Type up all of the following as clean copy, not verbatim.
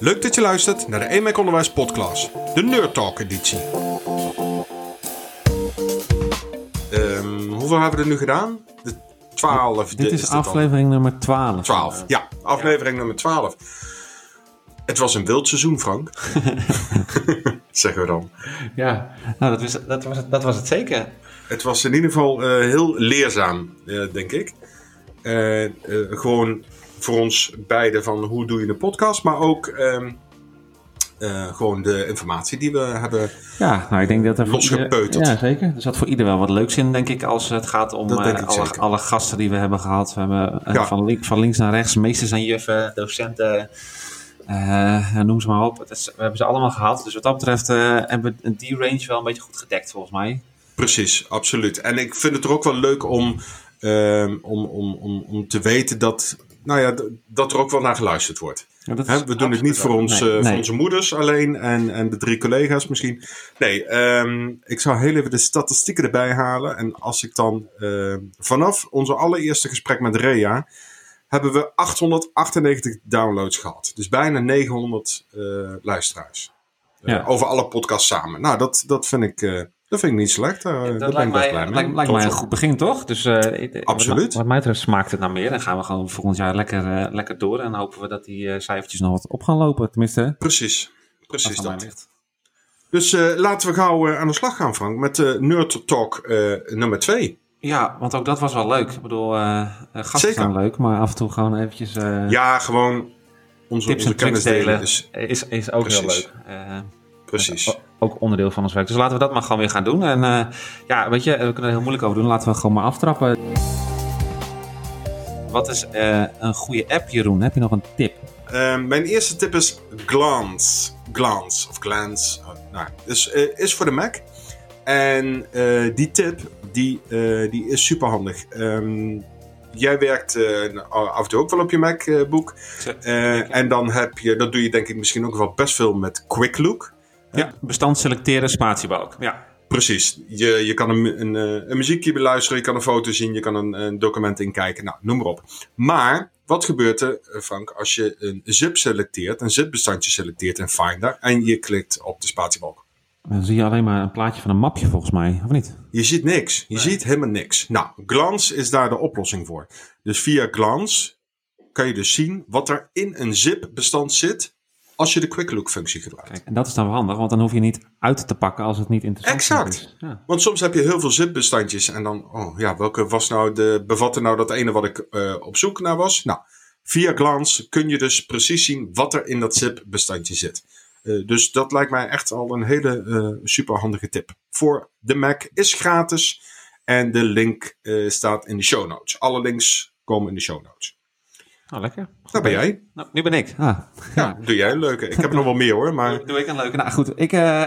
Leuk dat je luistert naar de EMAC Onderwijs Podcast, de Nerd Talk editie. Hoeveel hebben we er nu gedaan? De 12. Dit is aflevering nummer 12. 12, ja. Aflevering nummer 12. Het was een wild seizoen, Frank. Zeggen we dan. Ja, nou, dat was het zeker. Het was in ieder geval heel leerzaam, denk ik. Gewoon voor ons beiden van hoe doe je een podcast, maar ook gewoon de informatie die we hebben ik denk dat er losgepeuterd. Ja, zeker. Er zat voor ieder wel wat leuks in, denk ik, als het gaat om alle gasten die we hebben gehad. We hebben van links naar rechts, meesters en juffen, docenten, noem ze maar op. We hebben ze allemaal gehad. Dus wat dat betreft hebben we die range wel een beetje goed gedekt, volgens mij. Precies, absoluut. En ik vind het er ook wel leuk om te weten dat er ook wel naar geluisterd wordt. Ja, we doen het niet voor onze moeders alleen en de 3 collega's misschien. Nee, ik zou heel even de statistieken erbij halen. En als ik dan vanaf onze allereerste gesprek met Rea hebben we 898 downloads gehad. Dus bijna 900 luisteraars. Over alle podcasts samen. Nou, dat vind ik... Dat vind ik niet slecht. Dat lijkt mij een goed begin, toch? Dus, absoluut. Wat mij betreft smaakt het naar meer. Dan gaan we gewoon volgend jaar lekker door. En hopen we dat die cijfertjes nog wat op gaan lopen. Tenminste. Precies dat. Dus laten we gauw aan de slag gaan, Frank. Met Nerd Talk nummer 2. Ja, want ook dat was wel leuk. Ik bedoel, gasten zijn leuk. Maar af en toe gewoon eventjes... gewoon onze kennis delen. Is ook heel leuk. Precies. Ook onderdeel van ons werk. Dus laten we dat maar gewoon weer gaan doen. En weet je, we kunnen er heel moeilijk over doen. Laten we gewoon maar aftrappen. Wat is een goede app, Jeroen? Heb je nog een tip? Mijn eerste tip is Glance. Is voor de Mac. En die tip, die is super handig. Jij werkt af en toe ook wel op je MacBook. En dan dat doe je denk ik misschien ook wel best veel met Quick Look. Ja, bestand selecteren, spatiebalk. Ja. Precies. Je kan een muziekje beluisteren, je kan een foto zien, je kan een document inkijken. Nou, noem maar op. Maar wat gebeurt er, Frank, als je een zip-bestandje selecteert in Finder en je klikt op de spatiebalk? Dan zie je alleen maar een plaatje van een mapje volgens mij, of niet? Je ziet niks. Je ziet helemaal niks. Nou, Glance is daar de oplossing voor. Dus via Glance kan je dus zien wat er in een zip-bestand zit als je de Quick Look functie gebruikt. Kijk, en dat is dan wel handig, want dan hoef je niet uit te pakken als het niet interessant is. Exact. Ja. Want soms heb je heel veel zip-bestandjes en dan, welke bevatte nou dat ene wat ik op zoek naar was? Nou, via Glance kun je dus precies zien wat er in dat zip-bestandje zit. Dus dat lijkt mij echt al een hele superhandige tip. Voor de Mac is gratis en de link staat in de show notes. Alle links komen in de show notes. Nou, lekker. Dat ben jij. Nou, nu ben ik. Ja, doe jij een leuke. Ik heb er nog wel meer hoor. Maar... Doe ik een leuke. Nou goed,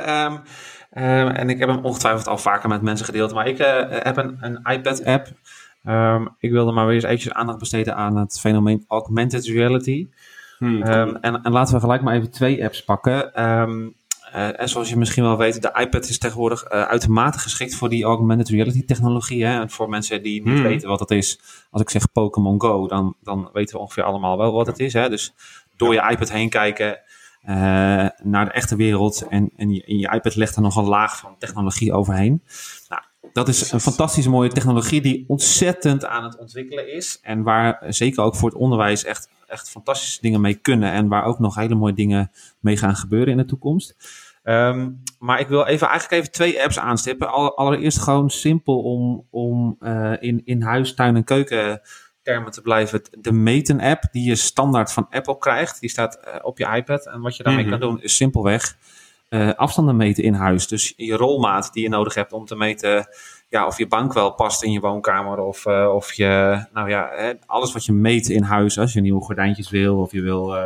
en ik heb hem ongetwijfeld al vaker met mensen gedeeld. Maar ik heb een iPad-app. Ik wilde maar weer eens eventjes aandacht besteden aan het fenomeen augmented reality. En laten we gelijk maar even 2 apps pakken. En zoals je misschien wel weet, de iPad is tegenwoordig uitermate geschikt voor die augmented reality technologie. Hè? En voor mensen die niet weten wat het is, als ik zeg Pokémon Go, dan weten we ongeveer allemaal wel wat het is. Hè? Dus door je iPad heen kijken naar de echte wereld en je iPad legt er nog een laag van technologie overheen. Nou, dat is een fantastisch mooie technologie die ontzettend aan het ontwikkelen is. En waar zeker ook voor het onderwijs echt fantastische dingen mee kunnen. En waar ook nog hele mooie dingen mee gaan gebeuren in de toekomst. Maar ik wil eigenlijk even 2 apps aanstippen. Allereerst gewoon simpel om in huis, tuin en keuken termen te blijven. De Meten app die je standaard van Apple krijgt. Die staat op je iPad. En wat je daarmee kan doen is simpelweg afstanden meten in huis. Dus je rolmaat die je nodig hebt om te meten of je bank wel past in je woonkamer. Of je, alles wat je meet in huis. Als je nieuwe gordijntjes wil of je wil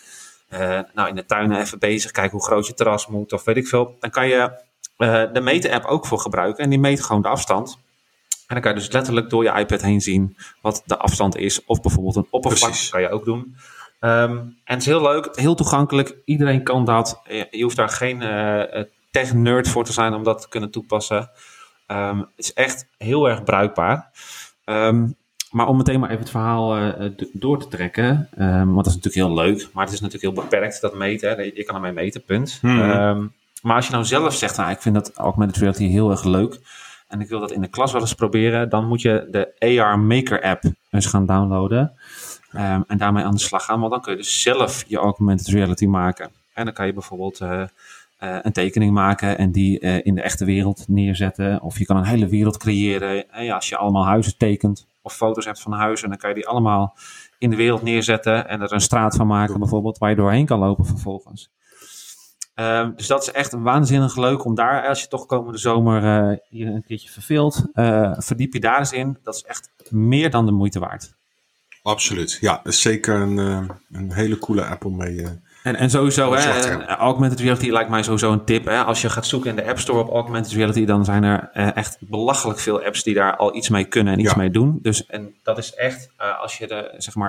in de tuin even bezig kijken hoe groot je terras moet of weet ik veel. Dan kan je de Meten-app ook voor gebruiken. En die meet gewoon de afstand. En dan kan je dus letterlijk door je iPad heen zien wat de afstand is. Of bijvoorbeeld een oppervlak, kan je ook doen. En het is heel leuk, heel toegankelijk. Iedereen kan dat. Je hoeft daar geen tech-nerd voor te zijn om dat te kunnen toepassen. Het is echt heel erg bruikbaar. Maar om meteen maar even het verhaal door te trekken. Want dat is natuurlijk heel leuk. Maar het is natuurlijk heel beperkt, dat meten. Hè. Je kan ermee meten, punt. Maar als je nou zelf zegt, ik vind dat augmented reality heel erg leuk. En ik wil dat in de klas wel eens proberen. Dan moet je de AR Maker app eens gaan downloaden. En daarmee aan de slag gaan. Want dan kun je dus zelf je augmented reality maken. En dan kan je bijvoorbeeld een tekening maken en die in de echte wereld neerzetten. Of je kan een hele wereld creëren. En als je allemaal huizen tekent of foto's hebt van huizen, dan kan je die allemaal in de wereld neerzetten en er een straat van maken bijvoorbeeld, waar je doorheen kan lopen vervolgens. Dus dat is echt waanzinnig leuk om daar, als je toch komende zomer hier een keertje verveelt, verdiep je daar eens in. Dat is echt meer dan de moeite waard. Absoluut, ja. Dat is zeker een hele coole app om mee... En sowieso, augmented reality lijkt mij sowieso een tip. Hè. Als je gaat zoeken in de App Store op augmented reality, dan zijn er echt belachelijk veel apps die daar al iets mee kunnen en iets mee doen. Dus en dat is echt, als je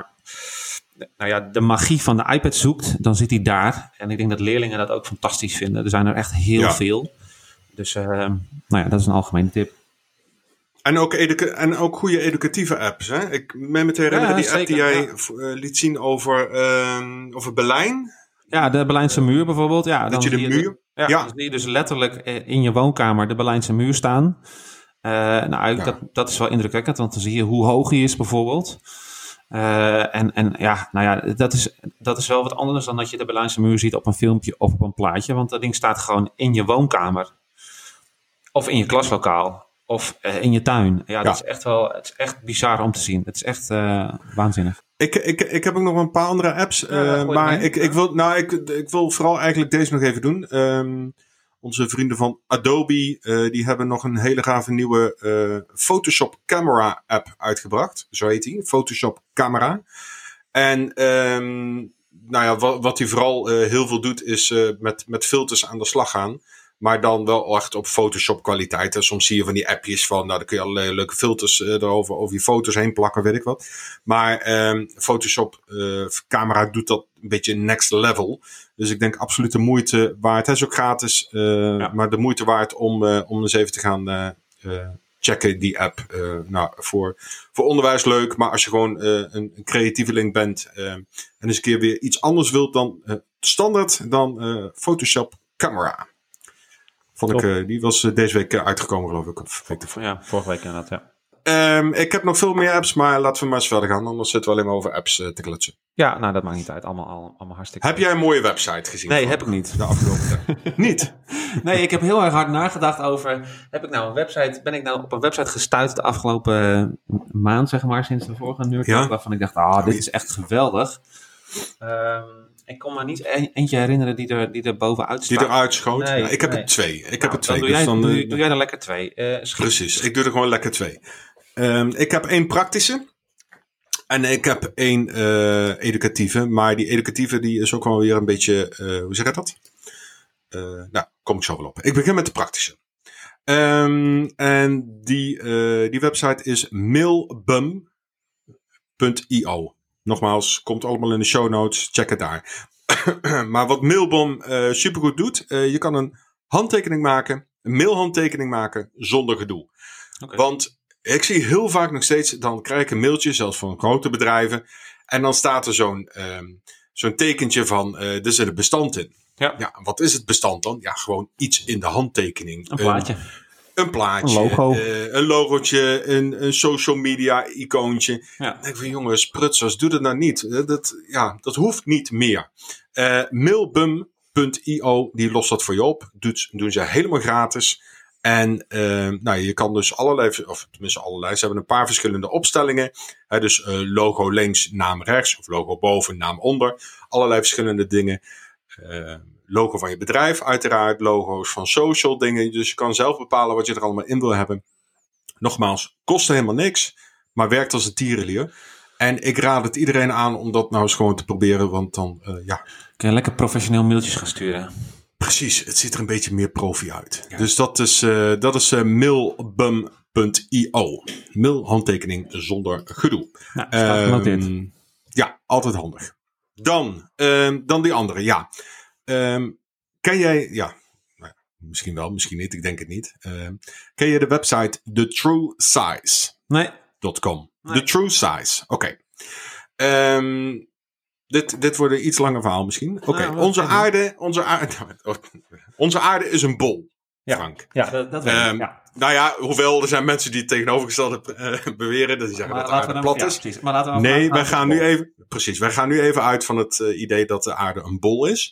de magie van de iPad zoekt, dan zit die daar. En ik denk dat leerlingen dat ook fantastisch vinden. Er zijn er echt heel veel. Dus dat is een algemene tip. En ook goede educatieve apps. Hè? Ik meen me te herinneren die app die jij liet zien over Berlijn. Ja, de Berlijnse muur bijvoorbeeld. Ja, dat je de muur... Dan zie je dus letterlijk in je woonkamer de Berlijnse muur staan. Dat is wel indrukwekkend, want dan zie je hoe hoog hij is bijvoorbeeld. Dat is wel wat anders dan dat je de Berlijnse muur ziet op een filmpje of op een plaatje. Want dat ding staat gewoon in je woonkamer. Of in je klaslokaal. Of in je tuin. Ja, dat is echt wel... Het is echt bizar om te zien. Het is echt waanzinnig. Ik heb ook nog een paar andere apps. Maar ik wil vooral eigenlijk deze nog even doen. Onze vrienden van Adobe, die hebben nog een hele gave nieuwe Photoshop Camera app uitgebracht. Zo heet die, Photoshop Camera. En wat hij vooral heel veel doet, is met filters aan de slag gaan. Maar dan wel echt op Photoshop kwaliteit. En soms zie je van die appjes van, dan kun je allerlei leuke filters over je foto's heen plakken, weet ik wat. Maar Photoshop camera doet dat een beetje next level. Dus ik denk absoluut de moeite waard. Het is ook gratis, maar de moeite waard om eens even te gaan checken, die app. Voor onderwijs leuk, maar als je gewoon een creatieveling bent en eens een keer weer iets anders wilt dan standaard, dan Photoshop Camera. Die was deze week uitgekomen, geloof ik. Vorige week inderdaad, ja. Ik heb nog veel meer apps, maar laten we maar eens verder gaan. Anders zitten we alleen maar over apps te kletsen. Ja, dat maakt niet uit. Allemaal hartstikke. Heb jij een mooie website gezien? Nee, heb ik niet. De afgelopen Niet? Nee, ik heb heel erg hard nagedacht over... Ben ik nou op een website gestuurd de afgelopen maand, zeg maar, sinds de vorige Nerdtalk, waarvan ik dacht, dit is echt geweldig. Ik kon me niet eentje herinneren die er bovenuit staat. Die eruit schoot? Nee, ik heb er twee. Doe jij er lekker twee. Precies, ik doe er gewoon lekker twee. Ik heb één praktische. En ik heb één educatieve. Maar die educatieve die is ook wel weer een beetje... hoe zeg je dat? Kom ik zo wel op. Ik begin met de praktische. En die website is mailbum.io. Nogmaals, komt allemaal in de show notes. Check het daar. Maar wat Mailbum supergoed doet. Je kan een handtekening maken. Een mailhandtekening maken zonder gedoe. Okay. Want ik zie heel vaak nog steeds. Dan krijg ik een mailtje, zelfs van grote bedrijven. En dan staat er zo'n tekentje van. Er zit een bestand in. Ja, wat is het bestand dan? Ja, gewoon iets in de handtekening. Een plaatje. Een plaatje, een logo. Een logootje, een social media icoontje. Ja. Dan denk ik van jongens, prutsers, doe dat nou niet. Dat hoeft niet meer. Mailbum.io, die lost dat voor je op. Doen ze helemaal gratis. En je kan dus allerlei, ze hebben een paar verschillende opstellingen. Dus logo links, naam rechts. Of logo boven, naam onder. Allerlei verschillende dingen. Logo van je bedrijf, uiteraard. Logo's van social dingen. Dus je kan zelf bepalen wat je er allemaal in wil hebben. Nogmaals, kost helemaal niks. Maar werkt als een tierenlier. En ik raad het iedereen aan om dat nou eens gewoon te proberen. Want dan, kun je lekker professioneel mailtjes gaan sturen. Precies, het ziet er een beetje meer profi uit. Ja. Dus dat is mailbum.io. Mailhandtekening zonder gedoe. Ja, altijd handig. Dan die andere, ja. Ken jij, misschien wel, misschien niet, ik denk het niet. Ken je de website TheTrueSize.com? Nee. De true size. Oké. Dit wordt een iets langer verhaal misschien. Oké. Onze aarde is een bol. Frank. Ja, dat weet ik. Nou ja, hoewel er zijn mensen die het tegenovergestelde beweren. Dat die zeggen dat de aarde plat is. Precies. Maar wij gaan nu even uit van het idee dat de aarde een bol is.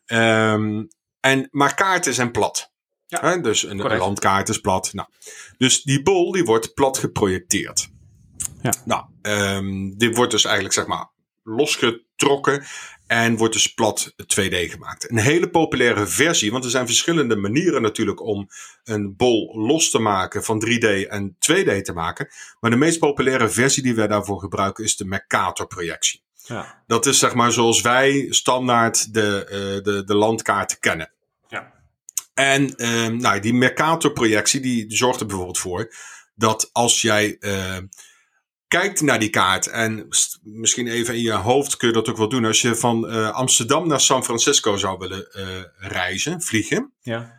Maar kaarten zijn plat. Ja, dus een landkaart is plat. Nou, dus die bol die wordt plat geprojecteerd. Ja. Nou, dit wordt dus eigenlijk zeg maar losgetrokken en wordt dus plat 2D gemaakt. Een hele populaire versie, want er zijn verschillende manieren natuurlijk om een bol los te maken van 3D en 2D te maken. Maar de meest populaire versie die wij daarvoor gebruiken is de Mercator-projectie. Ja. Dat is zeg maar zoals wij standaard de landkaarten kennen. Ja. En die Mercator-projectie die zorgt er bijvoorbeeld voor dat als jij kijkt naar die kaart en misschien even in je hoofd kun je dat ook wel doen. Als je van Amsterdam naar San Francisco zou willen vliegen. Ja.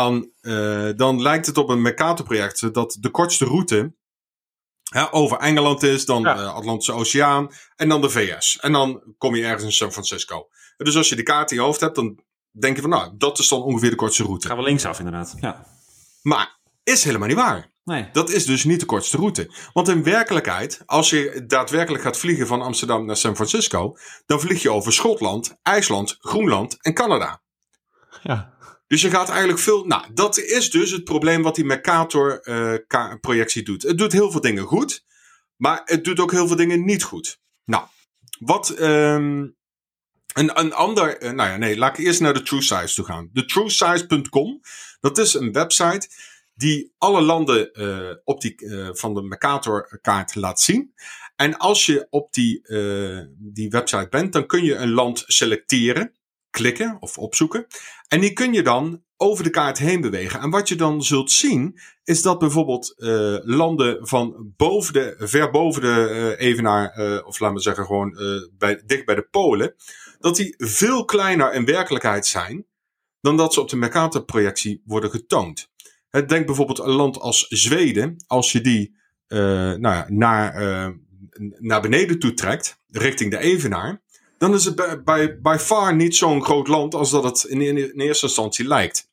Dan lijkt het op een Mercator-project dat de kortste route over Engeland is, dan Atlantische Oceaan en dan de VS. En dan kom je ergens in San Francisco. Dus als je de kaart in je hoofd hebt, dan denk je van dat is dan ongeveer de kortste route. Gaan we linksaf inderdaad. Ja. Maar is helemaal niet waar. Nee. Dat is dus niet de kortste route. Want in werkelijkheid, als je daadwerkelijk gaat vliegen van Amsterdam naar San Francisco, dan vlieg je over Schotland, IJsland, Groenland en Canada. Ja. Dus je gaat eigenlijk veel. Nou, dat is dus het probleem wat die Mercator-projectie doet. Het doet heel veel dingen goed, maar het doet ook heel veel dingen niet goed. Nou, wat een ander. Laat ik eerst naar de True Size toe gaan. De TrueSize.com, dat is een website die alle landen van de Mercator-kaart laat zien. En als je op die website bent, dan kun je een land selecteren, klikken of opzoeken. En die kun je dan over de kaart heen bewegen. En wat je dan zult zien, is dat bijvoorbeeld landen van ver boven de evenaar, of laten we zeggen gewoon dicht bij de polen, dat die veel kleiner in werkelijkheid zijn dan dat ze op de Mercator-projectie worden getoond. Denk bijvoorbeeld een land als Zweden. Als je die naar beneden toe trekt, richting de evenaar, dan is het by far niet zo'n groot land als dat het in eerste instantie lijkt.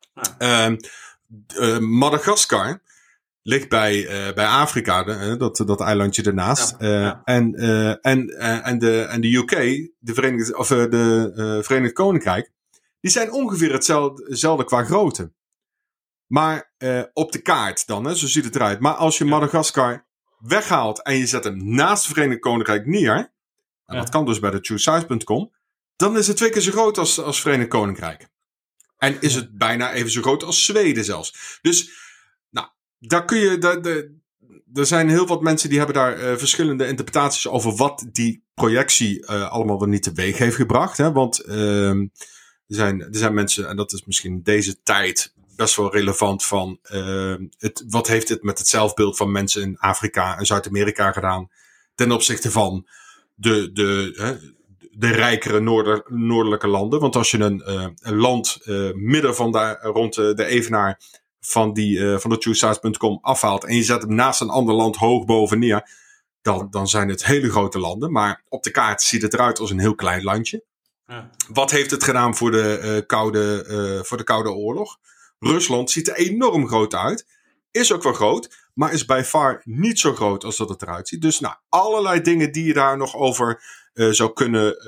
Madagaskar ligt bij Afrika, dat eilandje ernaast. En de UK, de Verenigd Koninkrijk, die zijn ongeveer hetzelfde qua grootte. Maar op de kaart dan, zo ziet het eruit. Maar als je Madagaskar weghaalt en je zet hem naast het Verenigd Koninkrijk neer, en dat kan dus bij de TrueSize.com, dan is het 2 keer zo groot als Verenigd Koninkrijk. En is het bijna even zo groot als Zweden zelfs. Dus, daar kun je. Er zijn heel wat mensen die hebben daar verschillende interpretaties over wat die projectie allemaal wel niet teweeg heeft gebracht. Hè? Want er zijn mensen, en dat is misschien in deze tijd best wel relevant, van wat heeft het met het zelfbeeld van mensen in Afrika en Zuid-Amerika gedaan ten opzichte van de rijkere noordelijke landen. Want als je een land midden van rond de evenaar van de TrueSize.com afhaalt en je zet hem naast een ander land hoog boven neer, dan zijn het hele grote landen. Maar op de kaart ziet het eruit als een heel klein landje. Ja. Wat heeft het gedaan voor de Koude Oorlog? Rusland ziet er enorm groot uit. Is ook wel groot, maar is by far niet zo groot als dat het eruit ziet. Dus allerlei dingen die je daar nog over zou kunnen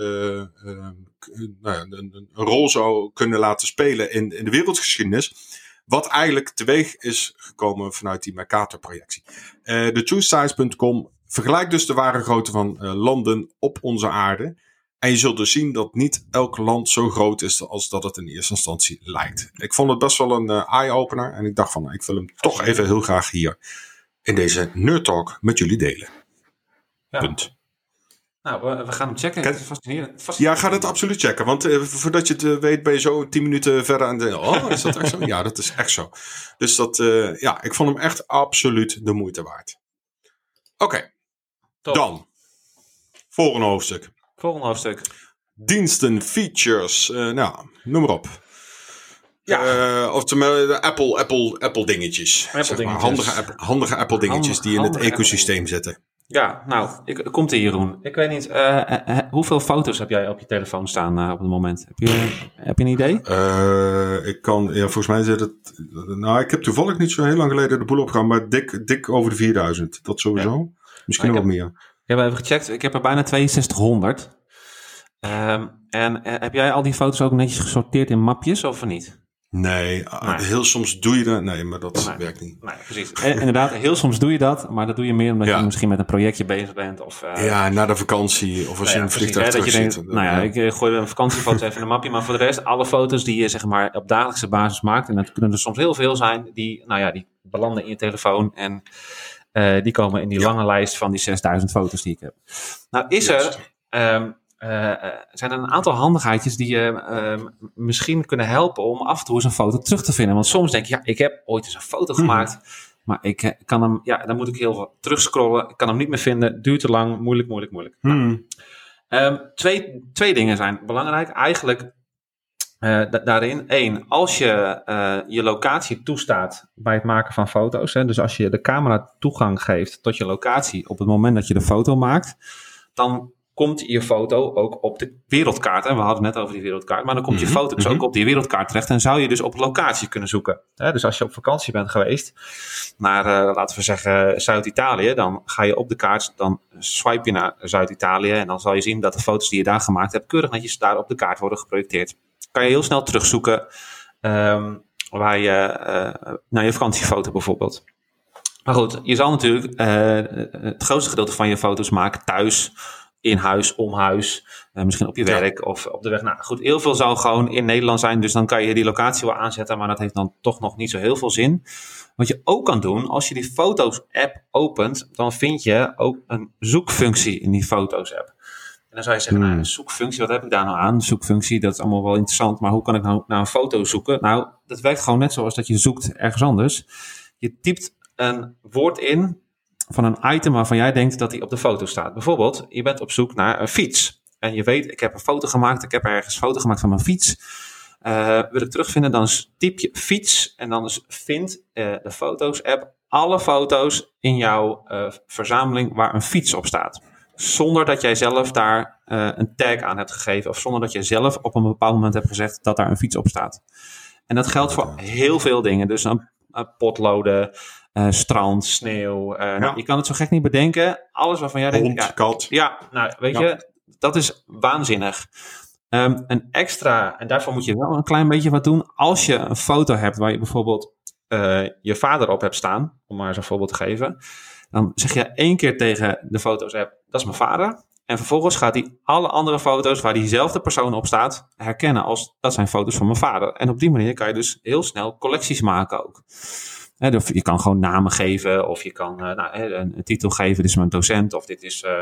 een rol zou kunnen laten spelen in de wereldgeschiedenis. Wat eigenlijk teweeg is gekomen vanuit die Mercator-projectie. De TrueSize.com vergelijkt dus de ware grootte van landen op onze aarde. En je zult dus zien dat niet elk land zo groot is als dat het in eerste instantie lijkt. Ik vond het best wel een eye-opener. En ik dacht van, ik wil hem toch even heel graag hier in deze Nerd Talk met jullie delen. Ja. Punt. Nou, we gaan hem checken. Het is fascinerend. Ja, ga het absoluut checken. Want voordat je het weet, ben je zo 10 minuten verder aan de... is dat echt zo? Ja, dat is echt zo. Dus ik vond hem echt absoluut de moeite waard. Oké. Dan. Volgende hoofdstuk. Diensten, features, noem maar op. Ja. Oftewel de Apple dingetjes. Handige Apple dingetjes die in het ecosysteem zitten. Ja, nou, komt-ie Jeroen. Ik weet niet, hoeveel foto's heb jij op je telefoon staan op het moment? Heb je een idee? Volgens mij zit het... Nou, ik heb toevallig niet zo heel lang geleden de boel opgegaan, maar dik over de 4000. Dat sowieso. Ja. Misschien nog wat meer. Ik heb even gecheckt, ik heb er bijna 6200. En heb jij al die foto's ook netjes gesorteerd in mapjes of niet? Nee, heel soms doe je dat. Nee, maar dat werkt niet. Nee, precies. Inderdaad, heel soms doe je dat, maar dat doe je meer omdat je misschien met een projectje bezig bent. Of, na de vakantie of als je in een vliegtuig terug zit. Ik gooi een vakantiefoto's even in een mapje, maar voor de rest, alle foto's die je zeg maar op dagelijkse basis maakt, en dat kunnen er soms heel veel zijn, die belanden in je telefoon en die komen in die lange lijst van die 6000 foto's die ik heb. Nou zijn er een aantal handigheidjes die je misschien kunnen helpen om af en toe eens een foto terug te vinden. Want soms denk je, ik heb ooit eens een foto gemaakt, maar ik kan hem, dan moet ik heel veel terugscrollen. Ik kan hem niet meer vinden, duurt te lang, moeilijk. Twee dingen zijn belangrijk. Eigenlijk daarin. 1, als je je locatie toestaat bij het maken van foto's. Dus als je de camera toegang geeft tot je locatie op het moment dat je de foto maakt, dan komt je foto ook op de wereldkaart. En we hadden het net over die wereldkaart. Maar dan komt je foto dus ook op die wereldkaart terecht. En zou je dus op locatie kunnen zoeken. Dus als je op vakantie bent geweest naar, laten we zeggen, Zuid-Italië. Dan ga je op de kaart, dan swipe je naar Zuid-Italië. En dan zal je zien dat de foto's die je daar gemaakt hebt keurig netjes daar op de kaart worden geprojecteerd. Kan je heel snel terugzoeken waar je naar je vakantiefoto bijvoorbeeld. Maar goed, je zal natuurlijk het grootste gedeelte van je foto's maken thuis, in huis, om huis, misschien op je werk of op de weg. Nou goed, heel veel zal gewoon in Nederland zijn, dus dan kan je die locatie wel aanzetten, maar dat heeft dan toch nog niet zo heel veel zin. Wat je ook kan doen, als je die Foto's-app opent, dan vind je ook een zoekfunctie in die Foto's-app. En dan zou je zeggen, een zoekfunctie, wat heb ik daar nou aan? Zoekfunctie, dat is allemaal wel interessant, maar hoe kan ik nou naar een foto zoeken? Nou, dat werkt gewoon net zoals dat je zoekt ergens anders. Je typt een woord in van een item waarvan jij denkt dat die op de foto staat. Bijvoorbeeld, je bent op zoek naar een fiets. En je weet, ik heb een foto gemaakt, ik heb ergens een foto gemaakt van mijn fiets. Wil ik terugvinden, dan typ je fiets en dan vindt de Foto's-app alle foto's in jouw verzameling waar een fiets op staat. Zonder dat jij zelf daar een tag aan hebt gegeven of zonder dat jij zelf op een bepaald moment hebt gezegd dat daar een fiets op staat. En dat geldt voor heel veel dingen. Dus een potloden, strand, sneeuw. Je kan het zo gek niet bedenken. Alles waarvan jij denkt... kat. Ja, nou weet je, dat is waanzinnig. Een extra, en daarvoor moet je wel een klein beetje wat doen. Als je een foto hebt waar je bijvoorbeeld je vader op hebt staan, om maar eens een voorbeeld te geven, dan zeg je 1 keer tegen de Foto's-app, dat is mijn vader. En vervolgens gaat hij alle andere foto's waar diezelfde persoon op staat herkennen als dat zijn foto's van mijn vader. En op die manier kan je dus heel snel collecties maken ook. Je kan gewoon namen geven of je kan een titel geven. Dit is mijn docent of dit is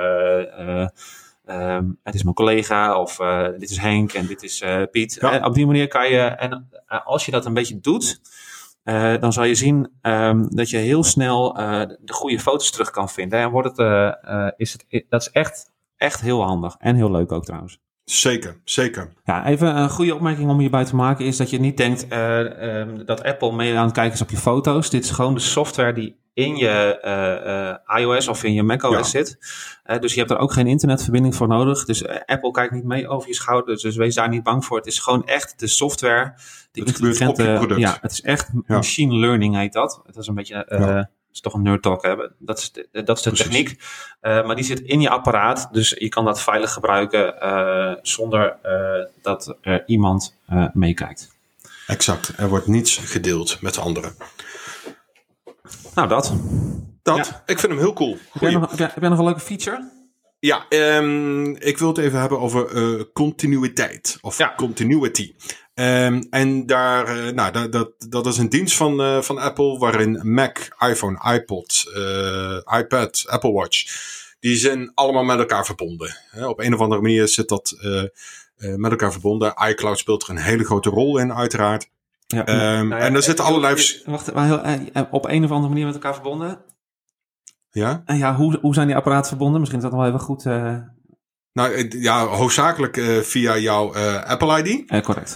het is mijn collega of dit is Henk en dit is Piet. Ja. Op die manier kan je, en als je dat een beetje doet, dan zal je zien dat je heel snel de goede foto's terug kan vinden. En dat is echt heel handig en heel leuk ook trouwens. Zeker. Ja, even een goede opmerking om hierbij te maken is dat je niet denkt dat Apple mee aan het kijken is op je foto's. Dit is gewoon de software die in je iOS of in je macOS zit. Dus je hebt er ook geen internetverbinding voor nodig. Dus Apple kijkt niet mee over je schouder. Dus wees daar niet bang voor. Het is gewoon echt de software. Die het gebeurt op je product. Ja, het is echt machine learning heet dat. Het is een beetje... Het is toch een nerd talk hebben. Dat is de techniek. Maar die zit in je apparaat. Dus je kan dat veilig gebruiken zonder dat er iemand meekijkt. Exact. Er wordt niets gedeeld met anderen. Nou, dat. Ik vind hem heel cool. Heb jij nog een leuke feature? Ja, ik wil het even hebben over continuïteit. Of continuity. En dat is een dienst van Apple waarin Mac, iPhone, iPod, iPad, Apple Watch, die zijn allemaal met elkaar verbonden. Op een of andere manier zit dat met elkaar verbonden. iCloud speelt er een hele grote rol in, uiteraard. Ja, en er zitten allerlei... Wacht, op een of andere manier met elkaar verbonden? Ja? Ja, hoe zijn die apparaten verbonden? Misschien is dat nog wel even goed... hoofdzakelijk via jouw Apple ID. Correct.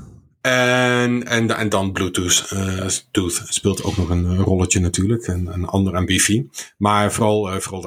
En dan Bluetooth. Bluetooth speelt ook nog een rolletje natuurlijk. En wifi. Maar vooral dat.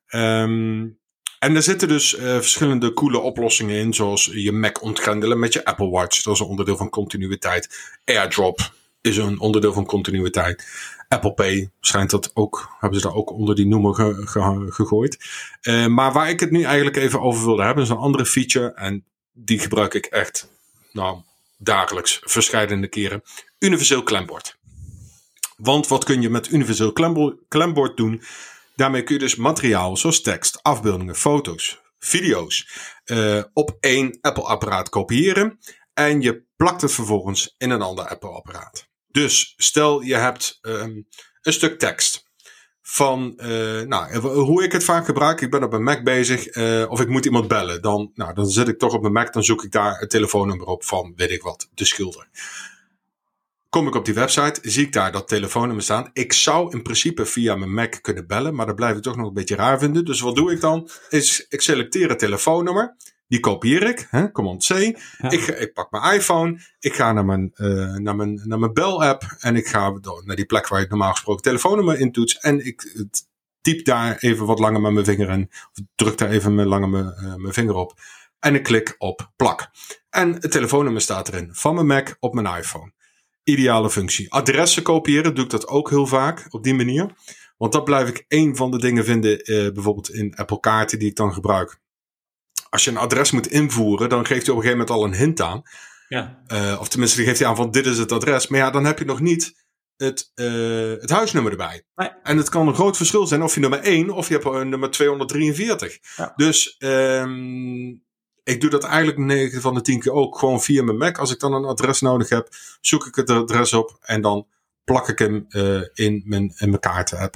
En er zitten dus verschillende coole oplossingen in, zoals je Mac ontgrendelen met je Apple Watch. Dat is een onderdeel van continuïteit. AirDrop is een onderdeel van continuïteit. Apple Pay schijnt dat ook, hebben ze daar ook onder die noemer gegooid. Maar waar ik het nu eigenlijk even over wilde hebben, is een andere feature. En die gebruik ik echt dagelijks, verscheidene keren. Universeel klembord. Want wat kun je met universeel klembord doen? Daarmee kun je dus materiaal zoals tekst, afbeeldingen, foto's, video's op één Apple-apparaat kopiëren. En je plakt het vervolgens in een ander Apple-apparaat. Dus stel je hebt een stuk tekst van, hoe ik het vaak gebruik. Ik ben op mijn Mac bezig of ik moet iemand bellen. Dan zit ik toch op mijn Mac, dan zoek ik daar het telefoonnummer op van, weet ik wat, de schilder. Kom ik op die website, zie ik daar dat telefoonnummer staan. Ik zou in principe via mijn Mac kunnen bellen, maar dat blijf ik toch nog een beetje raar vinden. Dus wat doe ik dan? Ik selecteer het telefoonnummer. Die kopieer ik, Command-C. Ja. Ik pak mijn iPhone. Ik ga naar mijn bel-app. En ik ga naar die plek waar ik normaal gesproken telefoonnummer in toets. En ik typ daar even wat langer met mijn vinger in. Of druk daar even mijn vinger op. En ik klik op plak. En het telefoonnummer staat erin. Van mijn Mac op mijn iPhone. Ideale functie. Adressen kopiëren doe ik dat ook heel vaak op die manier. Want dat blijf ik een van de dingen vinden. Bijvoorbeeld in Apple kaarten die ik dan gebruik. Als je een adres moet invoeren, dan geeft hij op een gegeven moment al een hint aan. Ja. Of tenminste, die geeft hij aan van dit is het adres. Maar ja, dan heb je nog niet het huisnummer erbij. Nee. En het kan een groot verschil zijn of je nummer 1 of je hebt een nummer 243. Ja. Dus ik doe dat eigenlijk 9 van de 10 keer ook gewoon via mijn Mac. Als ik dan een adres nodig heb, zoek ik het adres op en dan plak ik hem in mijn kaarten-app.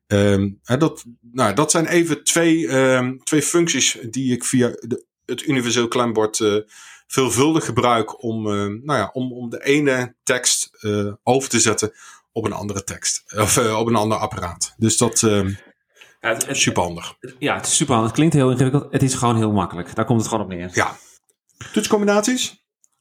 Dat zijn even twee functies die ik via het universeel klembord veelvuldig gebruik om de ene tekst over te zetten op een andere tekst. Of op een ander apparaat. Dus dat is superhandig. Ja, het is superhandig. Het klinkt heel ingewikkeld. Het is gewoon heel makkelijk. Daar komt het gewoon op neer. Ja. Toetscombinaties?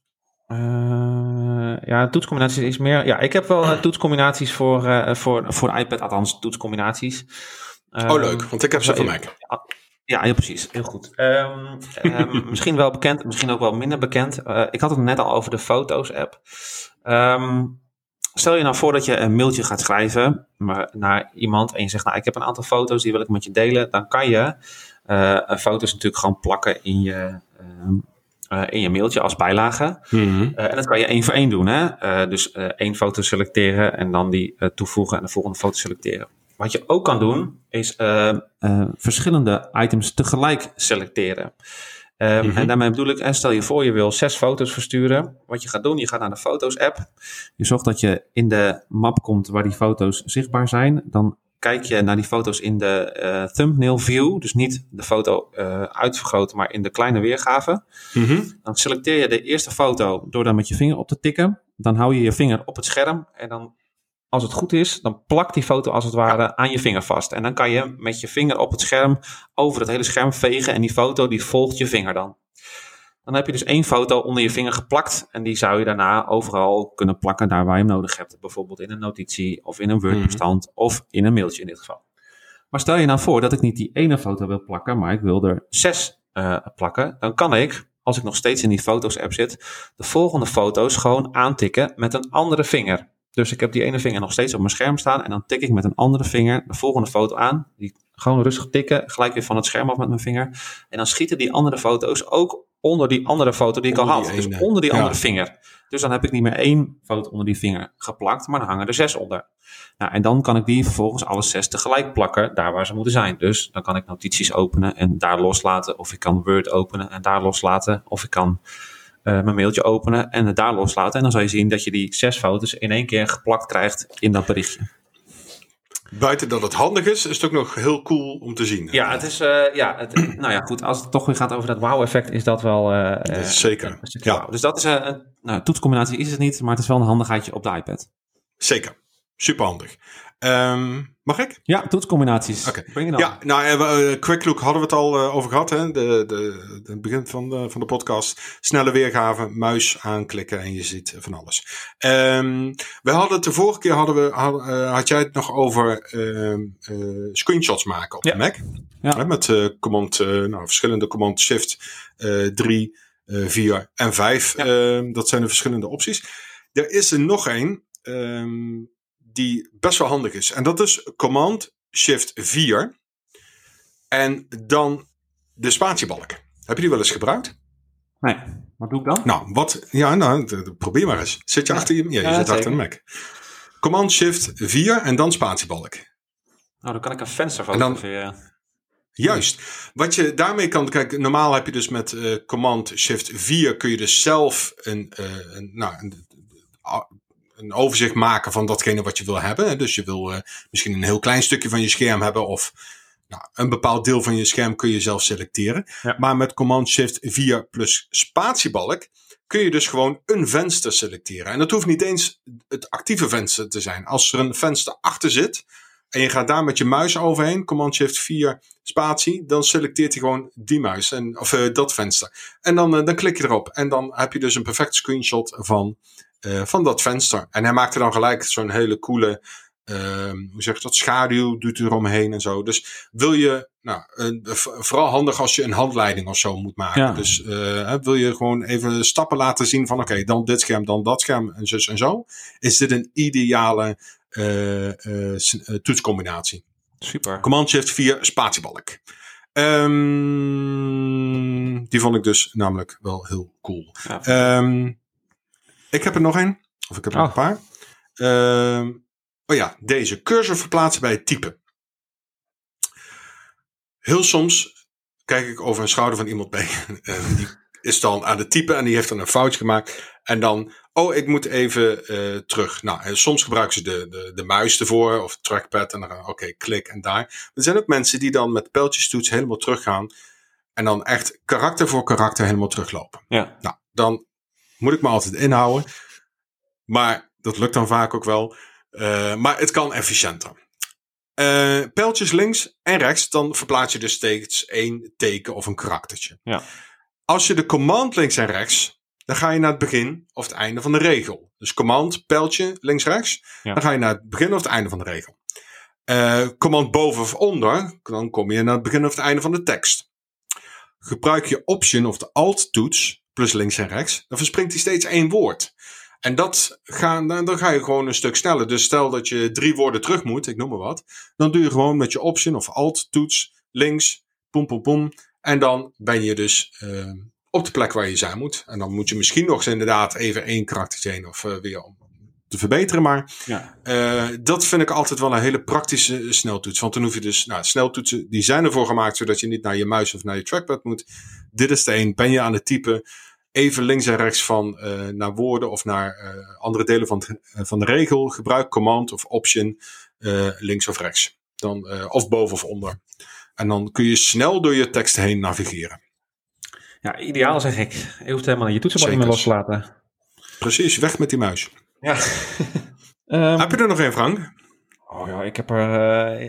Toetscombinaties is meer. Ja, ik heb wel toetscombinaties voor de iPad, althans toetscombinaties. Leuk, want ik heb ze voor Mac. Ja, heel precies. Heel goed. Misschien wel bekend, misschien ook wel minder bekend. Ik had het net al over de Foto's-app. Stel je nou voor dat je een mailtje gaat schrijven naar iemand en je zegt, ik heb een aantal foto's, die wil ik met je delen. Dan kan je foto's natuurlijk gewoon plakken in je mailtje als bijlage. Mm-hmm. En dat kan je 1 voor 1 doen. Hè? Dus 1 foto selecteren en dan die toevoegen en de volgende foto selecteren. Wat je ook kan doen, is verschillende items tegelijk selecteren. En daarmee bedoel ik, stel je voor je wil 6 foto's versturen. Wat je gaat doen, je gaat naar de Foto's-app. Je zorgt dat je in de map komt waar die foto's zichtbaar zijn. Dan kijk je naar die foto's in de thumbnail view. Dus niet de foto uitvergroten, maar in de kleine weergave. Mm-hmm. Dan selecteer je de eerste foto door daar met je vinger op te tikken. Dan hou je je vinger op het scherm. En dan, als het goed is, dan plakt die foto als het ware aan je vinger vast. En dan kan je met je vinger op het scherm over het hele scherm vegen. En die foto die volgt je vinger dan. Dan heb je dus 1 foto onder je vinger geplakt. En die zou je daarna overal kunnen plakken daar waar je hem nodig hebt. Bijvoorbeeld in een notitie of in een Word-bestand of in een mailtje in dit geval. Maar stel je nou voor dat ik niet die ene foto wil plakken, maar ik wil er 6 plakken. Dan kan ik, als ik nog steeds in die Foto's-app zit, de volgende foto's gewoon aantikken met een andere vinger. Dus ik heb die ene vinger nog steeds op mijn scherm staan en dan tik ik met een andere vinger de volgende foto aan. Die gewoon rustig tikken, gelijk weer van het scherm af met mijn vinger. En dan schieten die andere foto's ook onder die andere foto die ik al had. Dus onder die andere vinger. Dus dan heb ik niet meer 1 foto onder die vinger geplakt, maar dan hangen er 6 onder. Nou, en dan kan ik die vervolgens alle 6 tegelijk plakken, daar waar ze moeten zijn. Dus dan kan ik notities openen en daar loslaten. Of ik kan Word openen en daar loslaten. Of ik kan mijn mailtje openen en het daar loslaten. En dan zal je zien dat je die 6 foto's in één keer geplakt krijgt in dat berichtje. Buiten dat het handig is het ook nog heel cool om te zien. Ja, het is, goed. Als het toch weer gaat over dat wow-effect, is dat wel zeker. Wow. Dus dat is toetscombinatie is het niet, maar het is wel een handigheidje op de iPad. Zeker. Superhandig. Mag ik? Ja, toetscombinaties. Okay. Ja, nou, Quick Look hadden we het al over gehad. Hè? Het begin van de podcast. Snelle weergave, muis aanklikken en je ziet van alles. We hadden het de vorige keer, had jij het nog over screenshots maken op de Mac. Ja. Met verschillende command shift 3, 4 en 5. Ja. Dat zijn de verschillende opties. Er is er nog één die best wel handig is. En dat is command shift 4 en dan de spatiebalk. Heb je die wel eens gebruikt? Nee, wat doe ik dan? Nou, probeer maar eens. Zit je achter je? Ja, je zit achter een Mac. Command shift 4 en dan spatiebalk. Nou, dan kan ik een venster fotograferen. Juist. Wat je daarmee kan... Kijk, normaal heb je dus met command shift 4 kun je dus zelf een overzicht maken van datgene wat je wil hebben. Dus je wil misschien een heel klein stukje van je scherm hebben of een bepaald deel van je scherm kun je zelf selecteren. Ja. Maar met command shift 4 plus spatiebalk kun je dus gewoon een venster selecteren. En dat hoeft niet eens het actieve venster te zijn. Als er een venster achter zit en je gaat daar met je muis overheen, command shift 4 spatie, dan selecteert hij gewoon die muis of dat venster. En dan klik je erop en dan heb je dus een perfect screenshot van dat venster. En hij maakt er dan gelijk zo'n hele coole, schaduw doet eromheen en zo. Dus wil je, vooral handig als je een handleiding of zo moet maken. Ja. Dus wil je gewoon even stappen laten zien van oké, dan dit scherm, dan dat scherm en zus en zo. Is dit een ideale toetscombinatie. Super. Command Shift 4 spatiebalk. Die vond ik dus namelijk wel heel cool. Ja. Ik heb er nog een. Of ik heb er een paar. Deze cursor verplaatsen bij het typen. Heel soms kijk ik over een schouder van iemand mee. Die is dan aan het typen en die heeft dan een foutje gemaakt. En dan, ik moet even terug. Nou, soms gebruiken ze de muis ervoor of het trackpad. En dan klik en daar. Er zijn ook mensen die dan met pijltjestoets helemaal teruggaan. En dan echt karakter voor karakter helemaal teruglopen. Ja. Nou, dan moet ik me altijd inhouden. Maar dat lukt dan vaak ook wel. Maar het kan efficiënter. Pijltjes links en rechts, dan verplaats je dus steeds één teken of een karaktertje. Ja. Als je de command links en rechts, dan ga je naar het begin of het einde van de regel. Dus command, pijltje, links, rechts. Ja. Dan ga je naar het begin of het einde van de regel. Command boven of onder, dan kom je naar het begin of het einde van de tekst. Gebruik je option of de alt-toets, plus links en rechts, dan verspringt hij steeds één woord. En dan ga je gewoon een stuk sneller. Dus stel dat je 3 woorden terug moet, ik noem maar wat. Dan doe je gewoon met je option of alt-toets, links, pom pom pom. En dan ben je dus op de plek waar je zijn moet. En dan moet je misschien nog eens inderdaad even 1 karaktertje heen of weer om te verbeteren. Maar dat vind ik altijd wel een hele praktische sneltoets. Want dan hoef je dus, sneltoetsen die zijn ervoor gemaakt zodat je niet naar je muis of naar je trackpad moet. Dit is de een. Ben je aan het typen? Even links en rechts van naar woorden of naar andere delen van de regel. Gebruik command of option links of rechts. Dan, of boven of onder. En dan kun je snel door je tekst heen navigeren. Ja, ideaal zeg ik. Je hoeft helemaal je toetsenbord niet meer los te laten. Precies, weg met die muis. Ja. Heb je er nog één, Frank? Oh ja, ik heb er...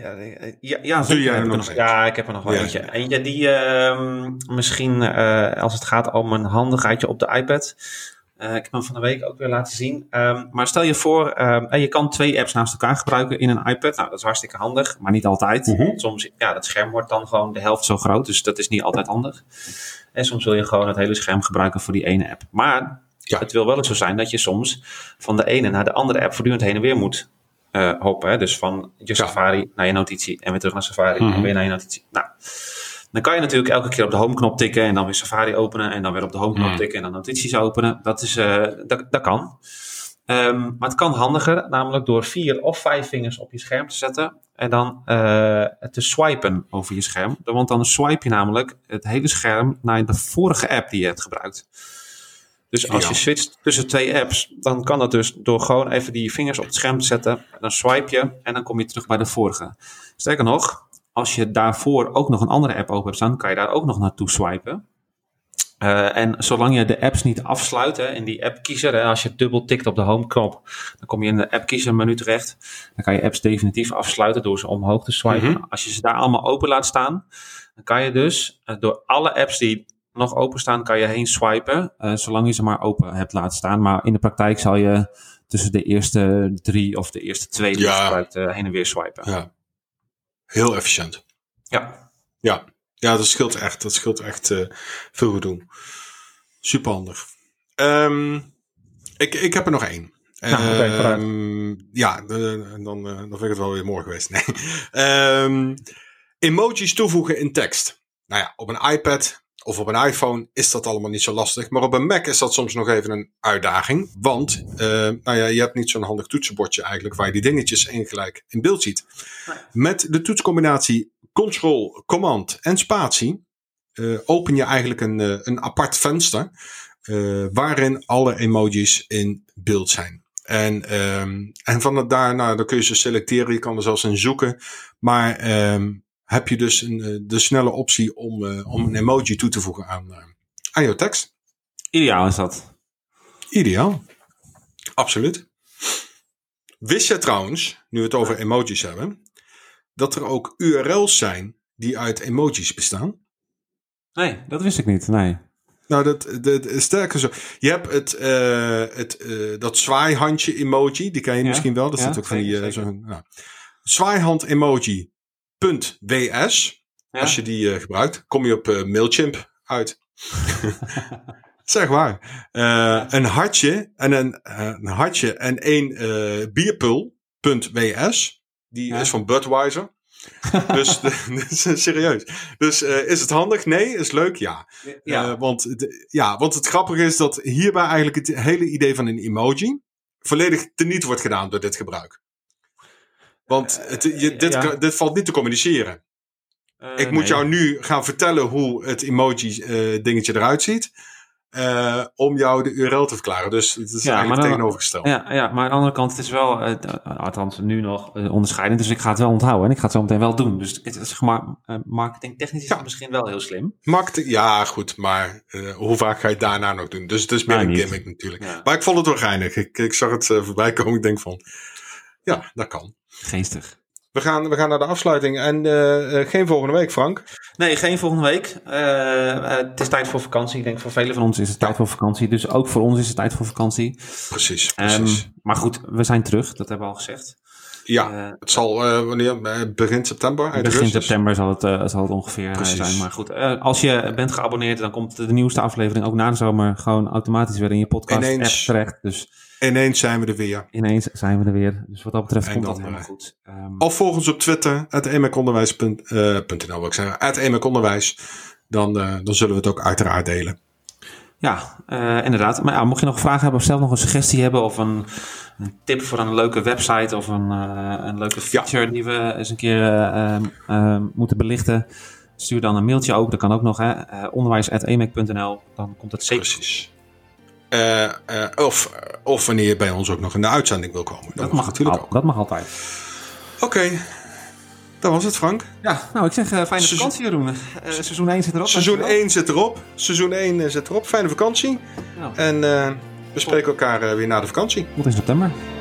ik heb er nog wel eentje. Eentje die misschien, als het gaat om een handigheidje op de iPad... ik heb hem van de week ook weer laten zien. Maar stel je voor, je kan 2 apps naast elkaar gebruiken in een iPad. Nou, dat is hartstikke handig, maar niet altijd. Uh-huh. Soms, dat scherm wordt dan gewoon de helft zo groot. Dus dat is niet altijd handig. En soms wil je gewoon het hele scherm gebruiken voor die ene app. Maar het wil wel eens zo zijn dat je soms van de ene naar de andere app voortdurend heen en weer moet hoppen. Hè? Dus van je Safari naar je notitie en weer terug naar Safari en weer naar je notitie. Nou, dan kan je natuurlijk elke keer op de home-knop tikken en dan weer Safari openen en dan weer op de home-knop tikken en dan notities openen. Dat kan. Maar het kan handiger, namelijk door 4 of 5 vingers op je scherm te zetten en dan te swipen over je scherm. Want dan swipe je namelijk het hele scherm naar de vorige app die je hebt gebruikt. Dus als je switcht tussen 2 apps, dan kan dat dus door gewoon even die vingers op het scherm te zetten. Dan swipe je en dan kom je terug bij de vorige. Sterker nog, als je daarvoor ook nog een andere app open hebt staan, kan je daar ook nog naartoe swipen. En zolang je de apps niet afsluit, in die app-kiezer, als je dubbel tikt op de home-knop, dan kom je in de app-kiezer-menu terecht. Dan kan je apps definitief afsluiten door ze omhoog te swipen. Mm-hmm. Als je ze daar allemaal open laat staan, dan kan je dus door alle apps die nog openstaan, kan je heen swipen, zolang je ze maar open hebt laten staan. Maar in de praktijk zal je tussen de eerste 3 of de eerste 2 die je gebruikt heen en weer swipen. Ja. Heel efficiënt. Ja, dat scheelt echt. Dat scheelt echt veel gedoe. Super handig. Ik heb er nog 1. Dan vind ik het wel weer mooi geweest. Nee. Emojis toevoegen in tekst. Nou ja, op een iPad of op een iPhone is dat allemaal niet zo lastig. Maar op een Mac is dat soms nog even een uitdaging. Want je hebt niet zo'n handig toetsenbordje eigenlijk waar je die dingetjes gelijk in beeld ziet. Nee. Met de toetscombinatie Ctrl, Command en Spatie open je eigenlijk een apart venster waarin alle emojis in beeld zijn. En van daar, dan kun je ze selecteren. Je kan er zelfs in zoeken. Maar heb je dus de snelle optie om een emoji toe te voegen aan jouw tekst. Ideaal is dat. Ideaal. Absoluut. Wist je trouwens, nu we het over emojis hebben, dat er ook URL's zijn die uit emojis bestaan? Nee, dat wist ik niet. Nee. Nou, sterker zo. Je hebt dat zwaaihandje emoji, die ken je misschien wel. Dat zit ook van die zwaaihand emoji. .ws. Ja. Als je die gebruikt, kom je op Mailchimp uit. Zeg waar. Een hartje en een bierpul.ws. Die is van Budweiser. Dus serieus. Dus is het handig? Nee. Is leuk? Ja. Want het grappige is dat hierbij eigenlijk het hele idee van een emoji volledig teniet wordt gedaan door dit gebruik. Want dit valt niet te communiceren. Ik moet jou nu gaan vertellen hoe het emoji dingetje eruit ziet. Om jou de URL te verklaren. Dus het is eigenlijk tegenovergesteld. Ja, maar aan de andere kant, het is wel, althans nu nog onderscheidend. Dus ik ga het wel onthouden en ik ga het zo meteen wel doen. Dus het is marketingtechnisch is het misschien wel heel slim. Goed, maar hoe vaak ga je het daarna nog doen? Dus het is meer een gimmick natuurlijk. Ja. Maar ik vond het wel geinig. Ik zag het voorbij komen. Ik denk van, ja, dat kan. Geestig. We gaan naar de afsluiting en geen volgende week, Frank. Nee, geen volgende week. Het is tijd voor vakantie. Ik denk voor velen van ons is het tijd voor vakantie. Dus ook voor ons is het tijd voor vakantie. Precies. Maar goed, we zijn terug. Dat hebben we al gezegd. Ja, het zal begin september. Begin september zal het ongeveer zijn. Maar goed, als je bent geabonneerd, dan komt de nieuwste aflevering ook na de zomer gewoon automatisch weer in je podcast-app terecht. Dus ineens zijn we er weer. Dus wat dat betreft komt dat helemaal goed. Of volg ons op Twitter, @emaconderwijs.nl. @emaconderwijs. Dan zullen we het ook uiteraard delen. Ja, inderdaad. Maar mocht je nog vragen hebben of zelf nog een suggestie hebben of een tip voor een leuke website of een leuke feature die we eens een keer moeten belichten, stuur dan een mailtje ook. Dat kan ook nog, onderwijs@emac.nl. Dan komt het zeker. Precies. Of wanneer je bij ons ook nog in de uitzending wil komen. Dat mag natuurlijk ook. Dat mag altijd. Oké. Dat was het, Frank. Ja, nou ik zeg fijne vakantie, Jeroen. Seizoen 1 zit erop. Seizoen 1 zit erop. Fijne vakantie. Ja. En we spreken elkaar weer na de vakantie. Tot in september.